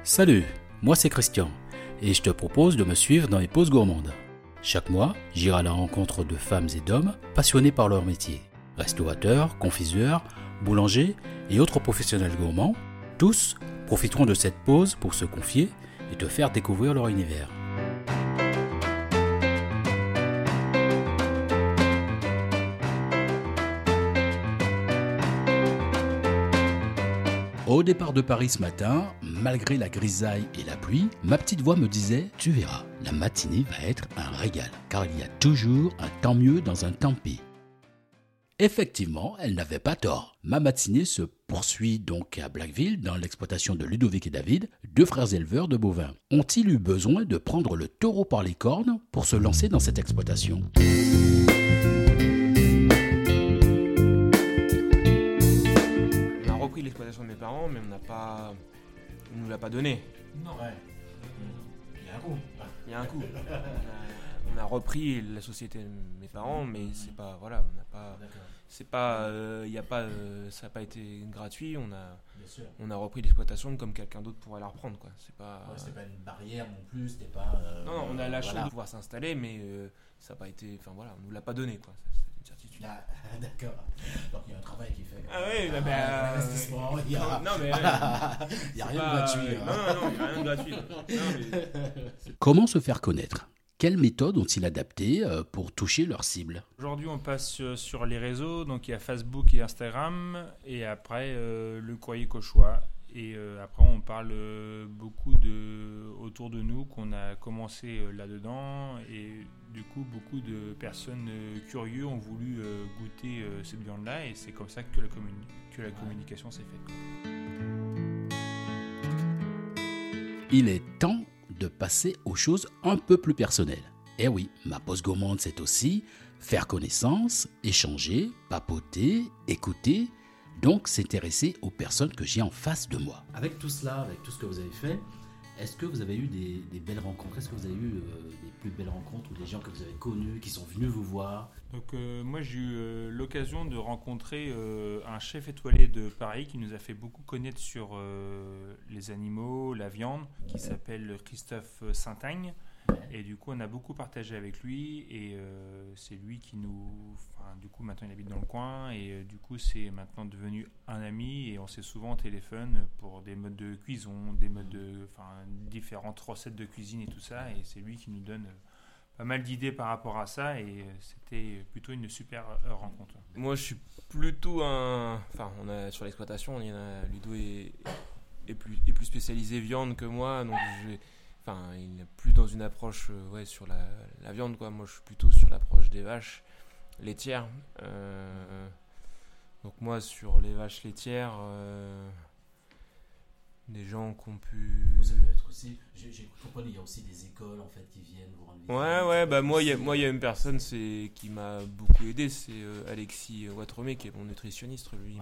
Salut, moi c'est Christian et je te propose de me suivre dans les pauses gourmandes. Chaque mois, j'irai à la rencontre de femmes et d'hommes passionnés par leur métier. Restaurateurs, confiseurs, boulangers et autres professionnels gourmands, tous profiteront de cette pause pour se confier et te faire découvrir leur univers. Au départ de Paris ce matin, malgré la grisaille et la pluie, ma petite voix me disait « Tu verras, la matinée va être un régal, car il y a toujours un tant mieux dans un tant pis. » Effectivement, elle n'avait pas tort. Ma matinée se poursuit donc à Blackville, dans l'exploitation de Ludovic et David, deux frères éleveurs de bovins. Ont-ils eu besoin de prendre le taureau par les cornes pour se lancer dans cette exploitation ? L'exploitation de mes parents, mais on nous l'a pas donné. Non. Ouais. Il y a un coup. Il y a un coup. On a repris la société de mes parents, mais c'est pas, voilà, on n'a pas, d'accord. C'est pas, il y a pas, ça n'a pas été gratuit. On a repris l'exploitation comme quelqu'un d'autre pourrait la reprendre, quoi. C'est pas. Ouais, c'était pas une barrière non plus, c'était pas. Non, on a la chance de pouvoir s'installer, mais ça n'a pas été, enfin voilà, on nous l'a pas donné, quoi. C'est une certitude. Ah, d'accord. Donc il y a un travail qui est fait. Ah oui, investissement. Il y a. Non mais. Il y a rien de gratuit. Non, il y a rien de gratuit. Comment se faire connaître ? Quelles méthodes ont-ils adaptées pour toucher leur cible ? Aujourd'hui, on passe sur les réseaux, donc il y a Facebook et Instagram, et après le courrier cauchois. Et après, on parle beaucoup autour de nous qu'on a commencé là-dedans, et du coup, beaucoup de personnes curieuses ont voulu goûter cette viande-là, et c'est comme ça que la communication s'est faite. Il est temps de passer aux choses un peu plus personnelles. Eh oui, ma pause gourmande, c'est aussi faire connaissance, échanger, papoter, écouter, donc s'intéresser aux personnes que j'ai en face de moi. Avec tout cela, avec tout ce que vous avez fait, est-ce que vous avez eu des belles rencontres ? Est-ce que vous avez eu des plus belles rencontres ou des gens que vous avez connus, qui sont venus vous voir ? Donc moi j'ai eu l'occasion de rencontrer un chef étoilé de Paris qui nous a fait beaucoup connaître sur les animaux, la viande, qui s'appelle Christophe Saintagne. Et du coup on a beaucoup partagé avec lui et c'est lui qui du coup maintenant il habite dans le coin et du coup c'est maintenant devenu un ami et on s'est souvent au téléphone pour des modes de cuisson, différentes recettes de cuisine et tout ça, et c'est lui qui nous donne pas mal d'idées par rapport à ça, et c'était plutôt une super rencontre. Moi je suis plutôt sur l'exploitation, Ludo est plus spécialisé viande que moi, donc il est plus dans une approche sur la viande, quoi. Moi je suis plutôt sur l'approche des vaches laitières. Donc moi sur les vaches laitières, des gens qui ont pu. Ça peut être aussi. J'ai compris, il y a aussi des écoles en fait qui viennent vous rendre visite. Moi il y a une personne qui m'a beaucoup aidé, c'est Alexis Watremé qui est mon nutritionniste. Lui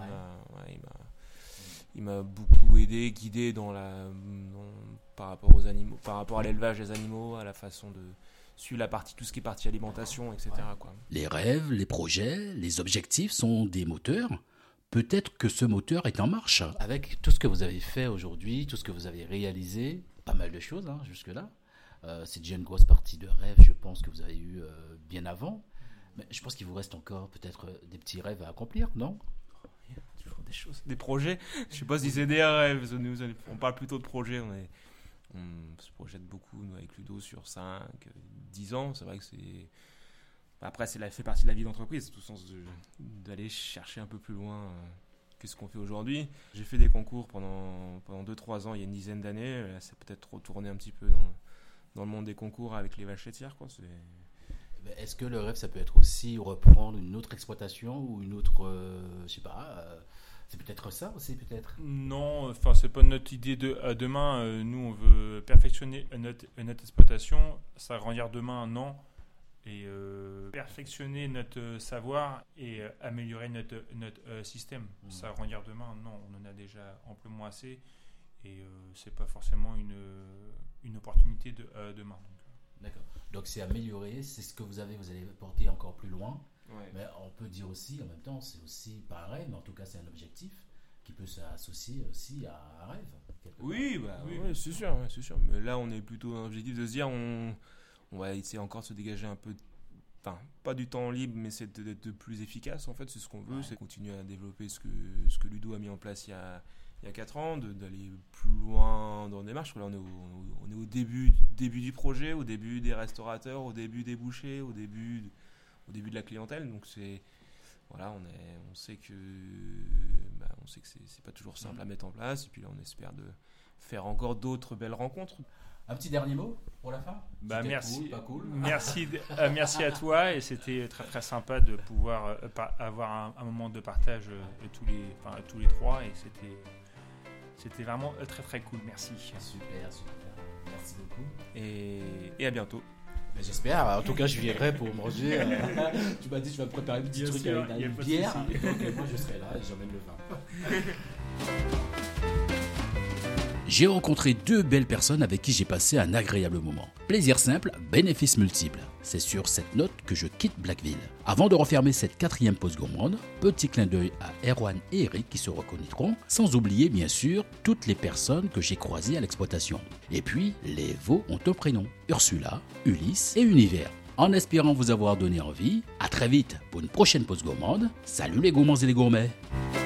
il m'a beaucoup aidé, guidé par rapport aux animaux, par rapport à l'élevage des animaux, à la façon de suivre tout ce qui est partie alimentation, etc. quoi. Les rêves, les projets, les objectifs sont des moteurs. Peut-être que ce moteur est en marche. Avec tout ce que vous avez fait aujourd'hui, tout ce que vous avez réalisé, pas mal de choses jusque-là. C'est déjà une grosse partie de rêve, je pense, que vous avez eu bien avant. Mais je pense qu'il vous reste encore peut-être des petits rêves à accomplir, non ? Des choses, des projets. Je sais pas si c'est des rêves. On parle plutôt de projets. On se projette beaucoup nous, avec Ludo sur 5, 10 ans. C'est vrai que c'est. Après, fait partie de la vie d'entreprise. C'est tout le sens d'aller chercher un peu plus loin que ce qu'on fait aujourd'hui. J'ai fait des concours pendant 2-3 ans, il y a une dizaine d'années. Là, c'est peut-être retourné un petit peu dans le monde des concours avec les vaches laitières, quoi. Est-ce que le rêve, ça peut être aussi reprendre une autre exploitation ou une autre, je sais pas, c'est peut-être ça aussi, peut-être ? Non, c'est pas notre idée de demain. Nous, on veut perfectionner notre exploitation, s'agrandir demain, non, et perfectionner notre savoir et améliorer notre système. S'agrandir demain, non, on en a déjà amplement assez, et c'est pas forcément une opportunité de demain. D'accord. Donc c'est améliorer, c'est ce que vous allez porter encore plus loin. Ouais. Mais on peut dire aussi, en même temps, c'est aussi pas un rêve, mais en tout cas c'est un objectif qui peut s'associer aussi à un rêve, quelque Oui, part. ouais, c'est sûr, ouais, c'est sûr. Mais là, on est plutôt dans l'objectif de se dire, on va essayer encore de se dégager un peu, enfin, pas du temps libre, mais c'est d'être plus efficace. En fait, c'est ce qu'on veut, c'est continuer à développer ce que Ludo a mis en place il y a 4 ans, d'aller plus loin dans la démarche. Là, on est au début du projet, au début des restaurateurs, au début des bouchers, au début de la clientèle. Donc voilà, on sait que c'est pas toujours simple à mettre en place. Et puis là, on espère de faire encore d'autres belles rencontres. Un petit dernier mot pour la fin? C'était Merci, cool, pas cool. merci à toi, et c'était très très sympa de pouvoir avoir un moment de partage tous les trois, et c'était vraiment très très cool. Merci. Super. Merci beaucoup. Et à bientôt. Mais j'espère. En tout cas, je viendrai pour manger. Tu m'as dit tu vas me préparer un petit Bien truc sûr, avec y a une pas de bière. souci. Donc, moi, je serai là et j'emmène le vin. J'ai rencontré 2 belles personnes avec qui j'ai passé un agréable moment. Plaisir simple, bénéfices multiples. C'est sur cette note que je quitte Blackville. Avant de refermer cette 4e pause gourmande, petit clin d'œil à Erwan et Eric qui se reconnaîtront, sans oublier bien sûr toutes les personnes que j'ai croisées à l'exploitation. Et puis, les veaux ont un prénom, Ursula, Ulysse et Univers. En espérant vous avoir donné envie, à très vite pour une prochaine pause gourmande. Salut les gourmands et les gourmets!